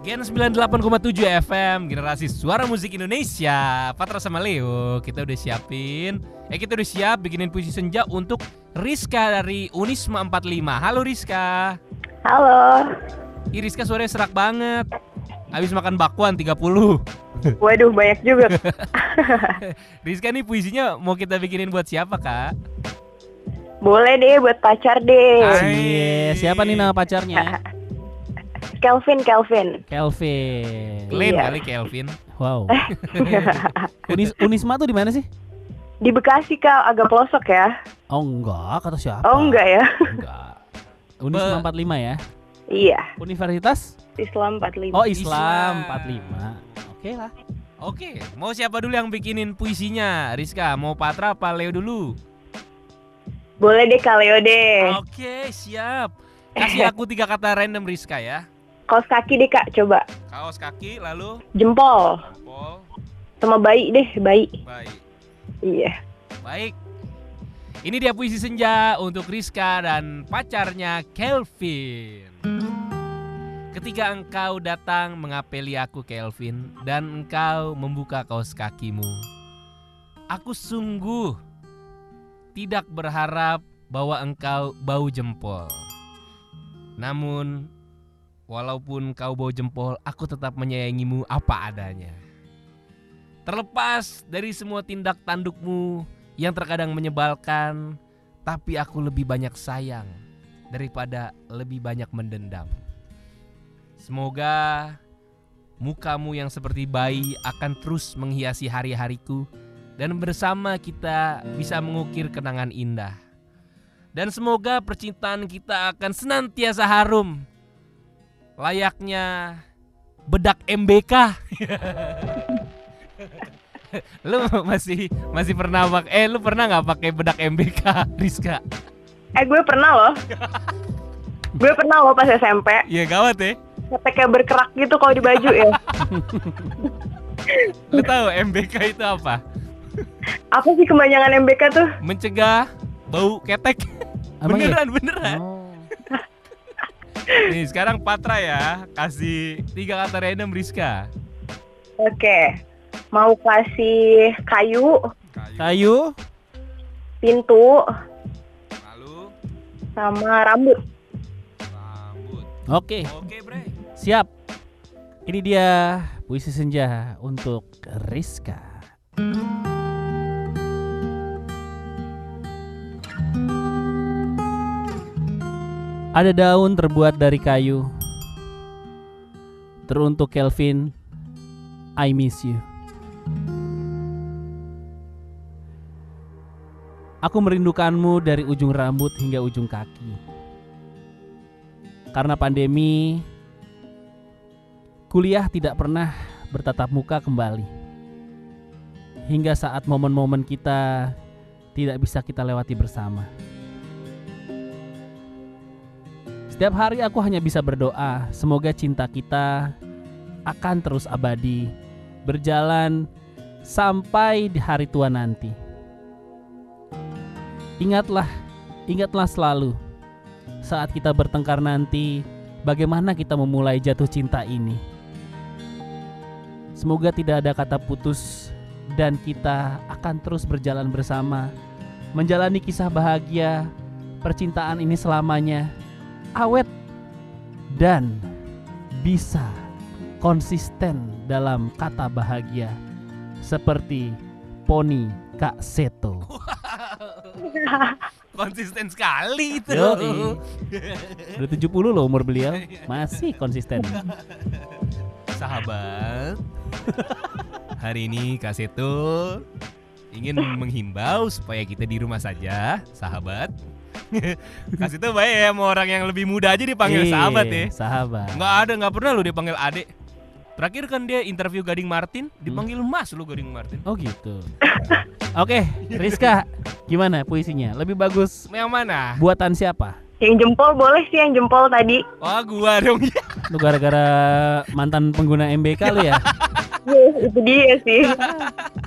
Gen 98,7 FM, generasi suara musik Indonesia. Patra sama Leo, kita udah siap bikinin puisi senja untuk Rizka dari Unisma 45. Halo Rizka. Halo. Rizka suaranya serak banget. Habis makan bakwan 30. Waduh, banyak juga. Rizka nih puisinya mau kita bikinin buat siapa, Kak? Boleh deh buat pacar deh. Siapa nih nama pacarnya? Kelvin. Kelvin. Glenn Iya. kali Kelvin. Wow. Unisma tuh di mana sih? Di Bekasi, Kak, agak pelosok ya. Oh enggak, kata siapa? Oh enggak ya? Enggak. Unisma 45 ya? Iya, Universitas? Islam 45. Oh Islam 45. Oke lah. Oke, mau siapa dulu yang bikinin puisinya? Rizka, mau Patra apa Leo dulu? Boleh deh, Kak Leo deh. Oke, siap. Kasih aku 3 kata random Rizka ya. Kaos kaki deh, Kak, coba. Kaos kaki, lalu Jempol. jempol. Sama bayi deh, bayi. Baik. Iya. Baik. Ini dia puisi senja untuk Rizka dan pacarnya Kelvin. Ketika engkau datang mengapeli aku Kelvin, dan engkau membuka kaos kakimu, aku sungguh tidak berharap bahwa engkau bau jempol. Namun walaupun kau bau jempol, aku tetap menyayangimu apa adanya. Terlepas dari semua tindak tandukmu yang terkadang menyebalkan, tapi aku lebih banyak sayang daripada lebih banyak mendendam. Semoga mukamu yang seperti bayi akan terus menghiasi hari-hariku, dan bersama kita bisa mengukir kenangan indah. Dan semoga percintaan kita akan senantiasa harum, layaknya bedak MBK. Lu masih pernah lu pernah nggak pakai bedak MBK, Rizka? Gue pernah loh. Gue pernah loh pas SMP. Iya gawat ya. Kayak berkerak gitu kalau di baju ya. Lu tahu MBK itu apa? Apa sih kepanjangan MBK tuh? Mencegah bau ketek. Emang ya? Beneran. Oh. Nih sekarang Patra ya, kasih 3 kata random Rizka. Oke. Mau kasih kayu, Kayu. pintu, Lalu sama rambut. rambut. Oke, Oke, Bre. siap. Ini dia puisi senja untuk Rizka. Ada daun terbuat dari kayu. Teruntuk Kelvin, I miss you. Aku merindukanmu dari ujung rambut hingga ujung kaki. Karena pandemi, kuliah tidak pernah bertatap muka kembali. Hingga saat momen-momen kita tidak bisa kita lewati bersama. Setiap hari aku hanya bisa berdoa, semoga cinta kita akan terus abadi, berjalan sampai di hari tua nanti. Ingatlah selalu saat kita bertengkar nanti, bagaimana kita memulai jatuh cinta ini. Semoga tidak ada kata putus dan kita akan terus berjalan bersama, menjalani kisah bahagia percintaan ini selamanya, awet dan bisa konsisten dalam kata bahagia seperti Poni Kak Seto. Konsisten sekali itu. Yoi. Udah 70 loh umur beliau, masih konsisten. Sahabat, hari ini Kak Seto ingin menghimbau supaya kita di rumah saja, sahabat. Kak Seto baik ya, sama orang yang lebih muda aja dipanggil sahabat ya. Sahabat. Nggak pernah lu dipanggil adek. Terakhir kan dia interview Gading Martin, dipanggil Mas lu Gading Martin. Oh gitu. Oke, Rizka, gimana puisinya? Lebih bagus Yang mana? buatan siapa? Yang jempol boleh sih, yang jempol tadi. Wah, gua dong. Lu gara-gara mantan pengguna MBK lu ya? Itu dia sih.